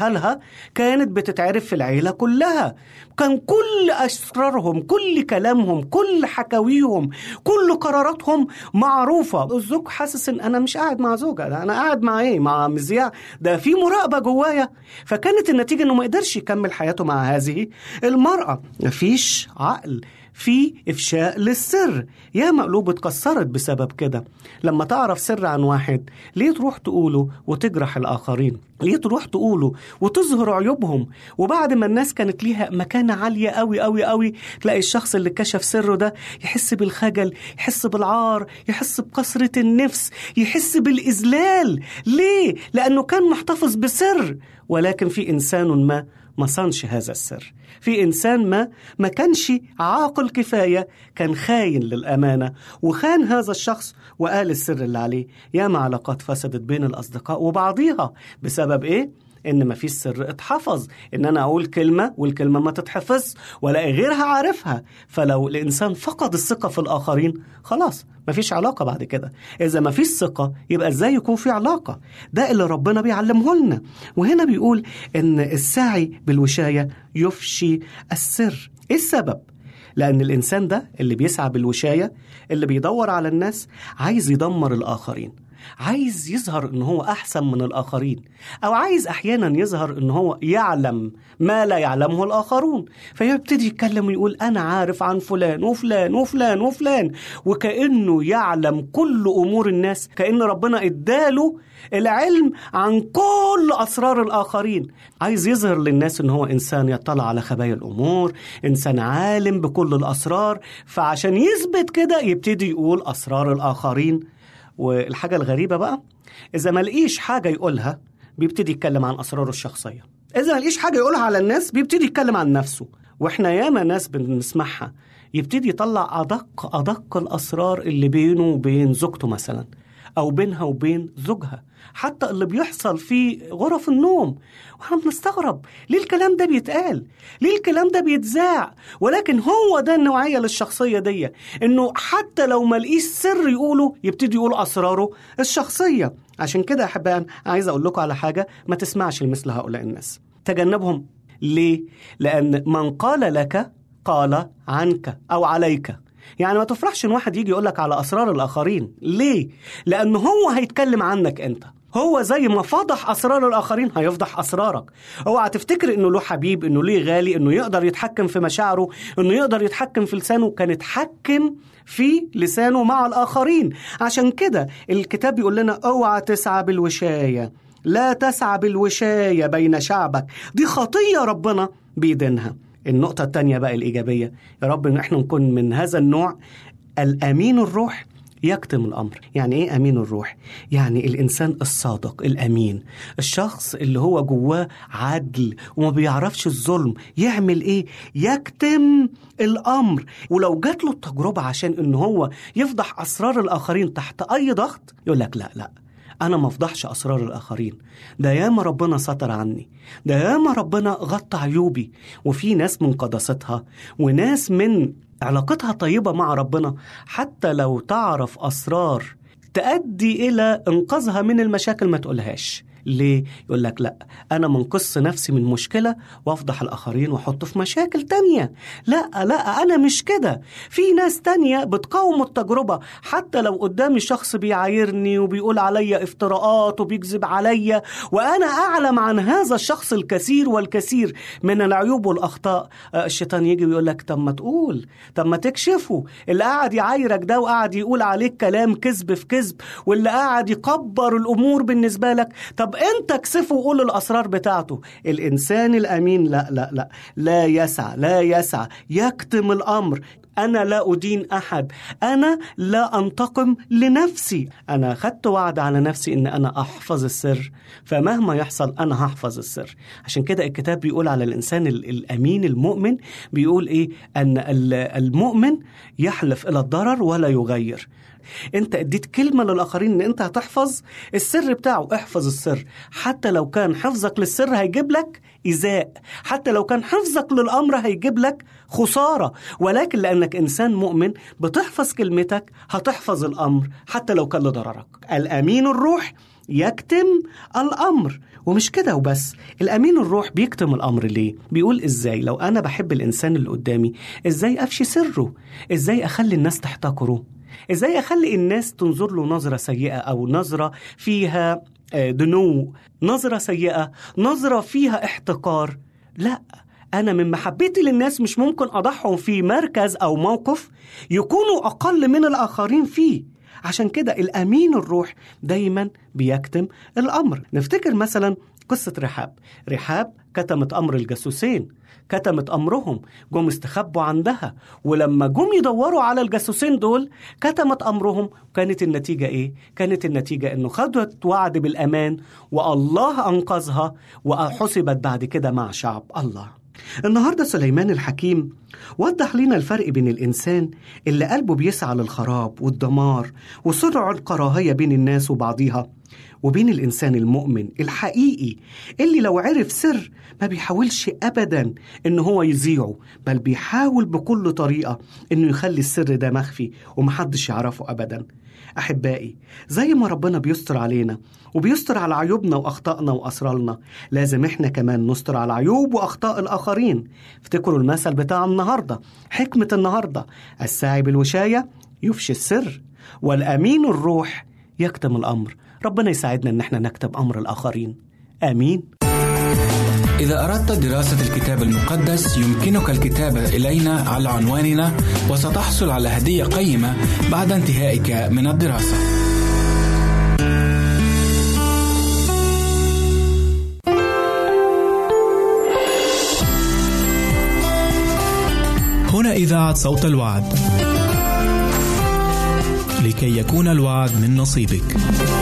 كانت بتتعرف في العيلة كلها، كان كل أسرارهم، كل كلامهم، كل حكاويهم، كل قراراتهم معروفة. الزوج حاسس إن أنا مش قاعد مع زوجة، أنا قاعد مع إيه؟ مع مذياع، ده في مراقبة جوايا. فكانت النتيجة إنه ما يقدرش يكمل حياته مع هذه المرأة. مفيش عقل، في إفشاء للسر. يا مقلوب اتكسرت بسبب كده. لما تعرف سر عن واحد، ليه تروح تقوله وتجرح الآخرين؟ ليه تروح تقوله وتظهر عيوبهم؟ وبعد ما الناس كانت ليها مكانة عالية قوي قوي قوي، تلاقي الشخص اللي كشف سره ده يحس بالخجل، يحس بالعار، يحس بكسرة النفس، يحس بالإذلال. ليه؟ لأنه كان محتفظ بسر، ولكن في إنسان ما ما صنش هذا السر، في إنسان ما ما كانش عاقل كفاية، كان خاين للأمانة وخان هذا الشخص وقال السر اللي عليه. ياما علاقات فسدت بين الأصدقاء وبعضيها بسبب إيه؟ إن ما فيش سر اتحفظ، إن أنا أقول كلمة والكلمة ما تتحفظ ولا غيرها عارفها. فلو الإنسان فقد الثقة في الآخرين، خلاص ما فيش علاقة بعد كده. إذا ما فيش ثقة، يبقى إزاي يكون في علاقة؟ ده اللي ربنا بيعلمه لنا. وهنا بيقول إن الساعي بالوشاية يفشي السر. إيه السبب؟ لأن الإنسان ده اللي بيسعى بالوشاية، اللي بيدور على الناس، عايز يدمر الآخرين، عايز يظهر إنه هو أحسن من الآخرين، أو عايز أحيانا يظهر إنه هو يعلم ما لا يعلمه الآخرون. فيبتدي يتكلم ويقول أنا عارف عن فلان وفلان وفلان وفلان، وكأنه يعلم كل أمور الناس، كأن ربنا إداله العلم عن كل أسرار الآخرين. عايز يظهر للناس إنه هو إنسان يطلع على خبايا الأمور، إنسان عالم بكل الأسرار. فعشان يثبت كده يبتدي يقول أسرار الآخرين. والحاجة الغريبة بقى، إذا ما لقيش حاجة يقولها بيبتدي يتكلم عن أسراره الشخصية. إذا ما لقيش حاجة يقولها على الناس بيبتدي يتكلم عن نفسه. وإحنا ياما ناس بنسمعها يبتدي يطلع أدق أدق الأسرار اللي بينه وبين زوجته مثلا، أو بينها وبين زوجها، حتى اللي بيحصل في غرف النوم. وإحنا بنستغرب ليه الكلام ده بيتقال، ليه الكلام ده بيتذاع. ولكن هو ده النوعية للشخصية دي، إنه حتى لو ما لقيش سر يقوله يبتدي يقول أسراره الشخصية. عشان كده يا أحبائي عايز أقول لكم على حاجة، ما تسمعش لمثل هؤلاء الناس، تجنبهم. ليه؟ لأن من قال لك قال عنك أو عليك. يعني ما تفرحش إن واحد يجي يقولك على أسرار الآخرين. ليه؟ لأنه هو هيتكلم عنك أنت. هو زي ما فضح أسرار الآخرين هيفضح أسرارك. اوعى تفتكر إنه له حبيب، إنه ليه غالي، إنه يقدر يتحكم في مشاعره، إنه يقدر يتحكم في لسانه. كان يتحكم في لسانه مع الآخرين. عشان كده الكتاب بيقول لنا اوعى تسعى بالوشاية، لا تسعى بالوشاية بين شعبك. دي خطية ربنا بيدينها. النقطة التانية بقى الإيجابية، يا رب إن إحنا نكون من هذا النوع. الأمين الروح يكتم الأمر. يعني إيه أمين الروح؟ يعني الإنسان الصادق الأمين، الشخص اللي هو جواه عدل وما بيعرفش الظلم، يعمل إيه؟ يكتم الأمر. ولو جات له التجربة عشان إنه هو يفضح أسرار الآخرين تحت أي ضغط، يقول لك لا لا أنا ما أفضحش أسرار الآخرين، ده ياما ربنا ستر عني، ده ياما ربنا غطى عيوبي. وفي ناس من قداستها وناس من علاقتها طيبة مع ربنا، حتى لو تعرف أسرار تؤدي إلى إنقاذها من المشاكل ما تقولهاش. ليه؟ يقول لك لا أنا منقص نفسي من مشكلة وأفضح الآخرين وأحطه في مشاكل تانية. لا لا أنا مش كده. في ناس تانية بتقاوم التجربة، حتى لو قدامي شخص بيعايرني وبيقول عليا افتراءات وبيكذب عليا، وأنا أعلم عن هذا الشخص الكثير والكثير من العيوب والأخطاء. الشيطان يجي ويقول لك طب ما تقول، طب ما تكشفه. اللي قاعد يعايرك ده وقاعد يقول عليك كلام كذب في كذب، واللي قاعد يكبر الأمور بالنسبة لك، طب انت كسفه وقول الأسرار بتاعته. الإنسان الأمين لا لا لا لا يسعى لا يسعى يكتم الأمر. أنا لا أدين أحد، أنا لا أنتقم لنفسي. أنا أخذت وعد على نفسي إن أنا أحفظ السر، فمهما يحصل أنا هحفظ السر. عشان كده الكتاب بيقول على الإنسان الأمين المؤمن، بيقول إيه؟ أن المؤمن يحلف إلى الضرر ولا يغير. انت اديت كلمة للآخرين ان انت هتحفظ السر بتاعه، احفظ السر. حتى لو كان حفظك للسر هيجيب لك إزاء، حتى لو كان حفظك للأمر هيجيب لك خسارة، ولكن لأنك إنسان مؤمن بتحفظ كلمتك هتحفظ الأمر حتى لو كان لضررك. الأمين الروح يكتم الأمر. ومش كده وبس، الأمين الروح بيكتم الأمر ليه؟ بيقول إزاي لو أنا بحب الإنسان اللي قدامي إزاي أفشي سره؟ إزاي أخلي الناس تحتقره؟ إزاي أخلي الناس تنظر له نظرة سيئة أو نظرة فيها دنو، نظرة سيئة، نظرة فيها احتقار؟ لا، أنا من محبتي للناس مش ممكن أضعهم في مركز أو موقف يكونوا أقل من الآخرين فيه. عشان كده الأمين الروح دايما بيكتم الأمر. نفتكر مثلا قصة رحاب. رحاب كتمت أمر الجاسوسين، كتمت أمرهم، جم استخبوا عندها، ولما جم يدوروا على الجاسوسين دول كتمت أمرهم. كانت النتيجة إيه؟ كانت النتيجة إنه خدت وعد بالأمان والله أنقذها وحسبت بعد كده مع شعب الله. النهاردة سليمان الحكيم وضح لنا الفرق بين الإنسان اللي قلبه بيسعى للخراب والدمار وصنع الكراهية بين الناس وبعضها، وبين الإنسان المؤمن الحقيقي اللي لو عرف سر ما بيحاولش أبدا إنه هو يذيعه، بل بيحاول بكل طريقة إنه يخلي السر ده مخفي ومحدش يعرفه أبدا. أحبائي، زي ما ربنا بيستر علينا وبيستر على عيوبنا وأخطائنا وأسرارنا، لازم إحنا كمان نستر على عيوب وأخطاء الآخرين. افتكروا المثل بتاع النهاردة، حكمة النهاردة: الساعي بالوشاية يفشي السر، والأمين الروح يكتم الأمر. ربنا يساعدنا إن إحنا نكتب أمر الآخرين. آمين. إذا أردت دراسة الكتاب المقدس يمكنك الكتابة إلينا على عنواننا، وستحصل على هدية قيمة بعد انتهائك من الدراسة. هنا إذاعة صوت الوعد، لكي يكون الوعد من نصيبك.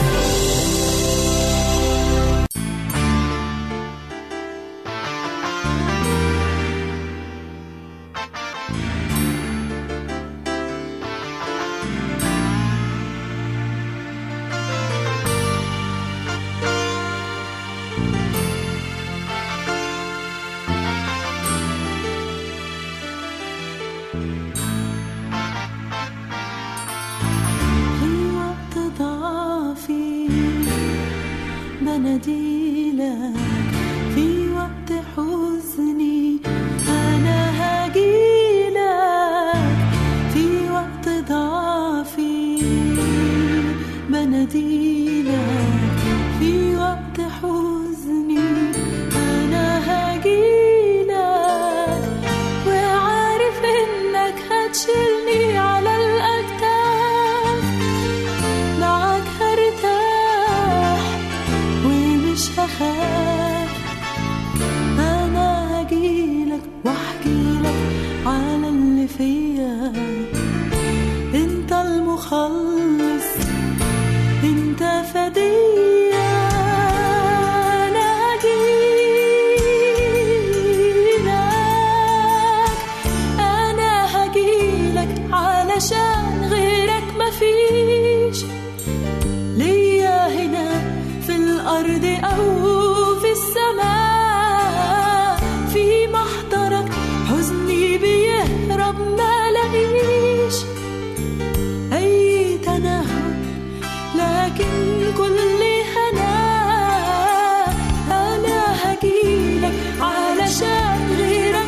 بناديلك في وقت حزني، أنا هجيلك في وقت ضعفي. بناديلك في وقت حزني، أنا هجيلك وعارف إنك هتشيلني على الأكتاف. معاك هرتاح ومش هخاف. أنا هجيلك واحكيلك على اللي فيا. انت المخلص، انت فدية. أنا هجيلك، أنا هجيلك علشان غيرك مفيش ليا هنا في الأرض أو في السماء. في محضرك حزني بيهرب ما لقيش أي تنهد، لكن كل هنا. أنا هجيلك علشان غيرك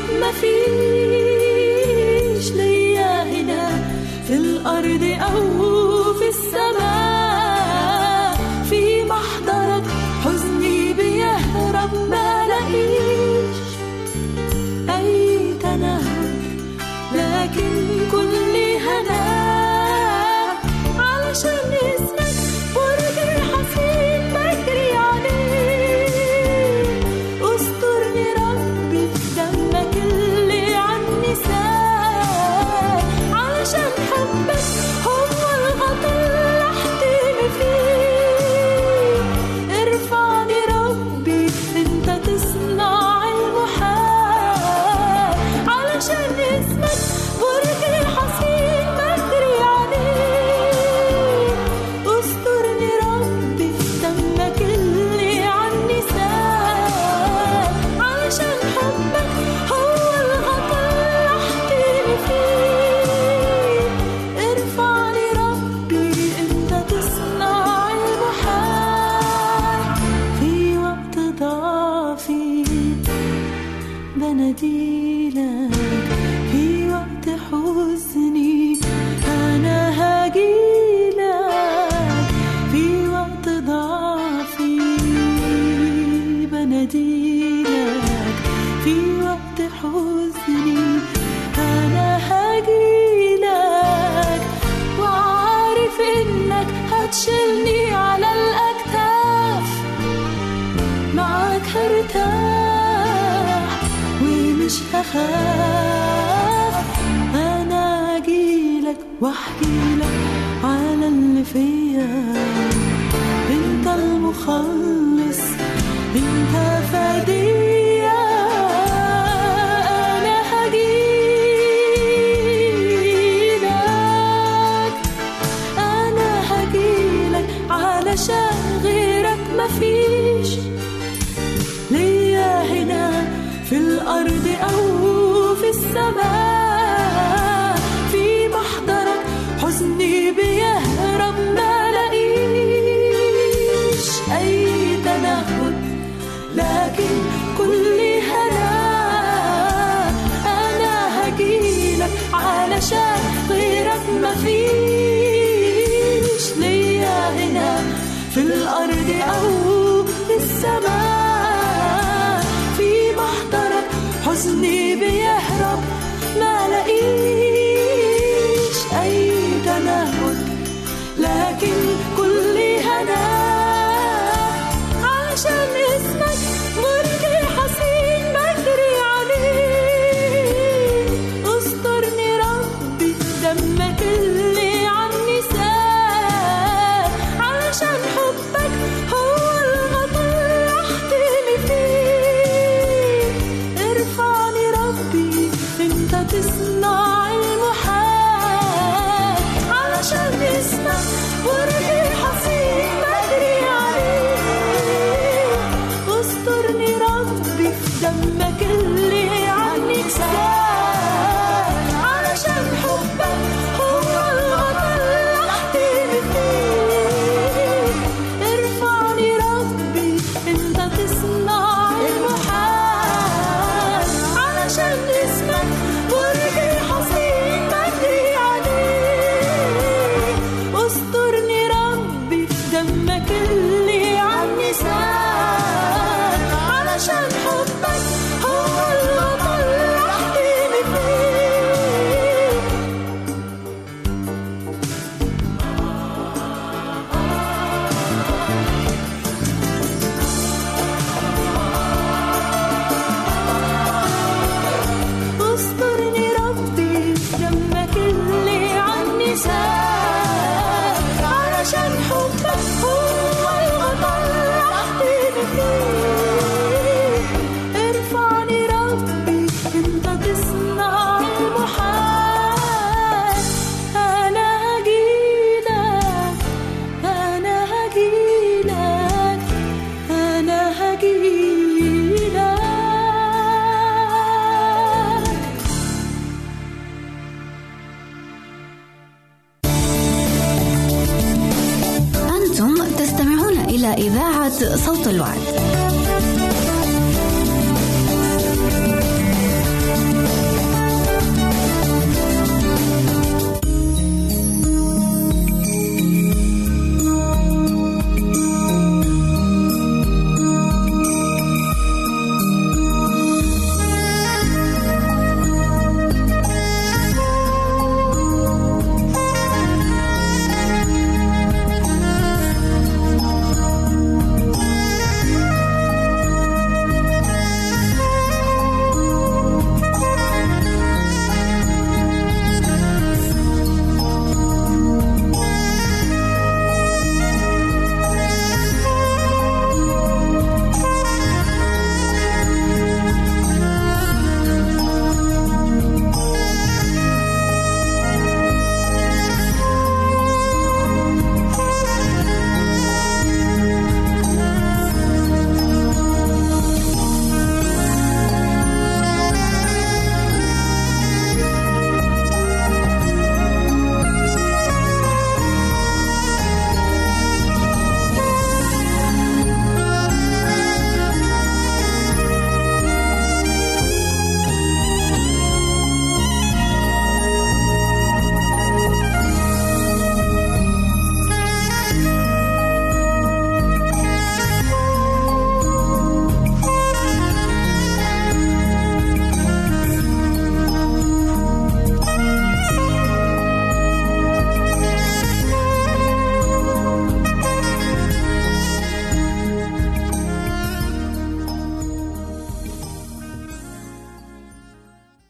مفيش ليا هنا في الأرض أو في السماء. في محضرك حزني بيهرب ما لقيش أي تنهد، لكن كل هنا. علشان اسمك برج حصين بجري عليه. استرني ربي بدمك اللي عني سال. علشان حبك هو الغطا اللي احتمي فيه. ارفعني ربي انت تصنع المحال. علشان اسمك برج حصين واحكي لك على اللي فيا. انت المخلص، انت فدية، انا هجيلك، انا هجيلك علشان غيرك مفيش ليا هنا في الارض او في السماء. في محضرك حزني بيهرب، ما لاقيش اي تنهد، لكن كل هنا انا هجيلك علشان غيرك مفيش ليا هنا في الارض او في السماء. في محضرك حزني بيهرب، ما لاقيش اي تنهد، لكن كل هنا عشان اسمك برجي حصين بجري عليه. استرني ربي دمك اللي عني سال، علشان حبك هو الغطا احتمي فيه. ارفعني ربي انت تصنع المحال، علشان اسمك برجي حصين بجري عليه. استرني ربي دمك اللي عني سال، علشان حبك هو الغطا احتمي فيه. ارفعني ربي انت تصنع المحال، علشان اسمك برجي حصين بجري عليه. استرني ربي دمك اللي عني سال، علشان حبك هو الغطا احتمي فيه. استرني ربي دمك اللي عني سال، علشان حبك هو الغطا احتمي فيه. ارفعني ربي انت تصنع المحال، انا هجيلك، انا هجيلك، انا هجيلك. أنتم تستمعون إلى إذاعة صوت الوعد.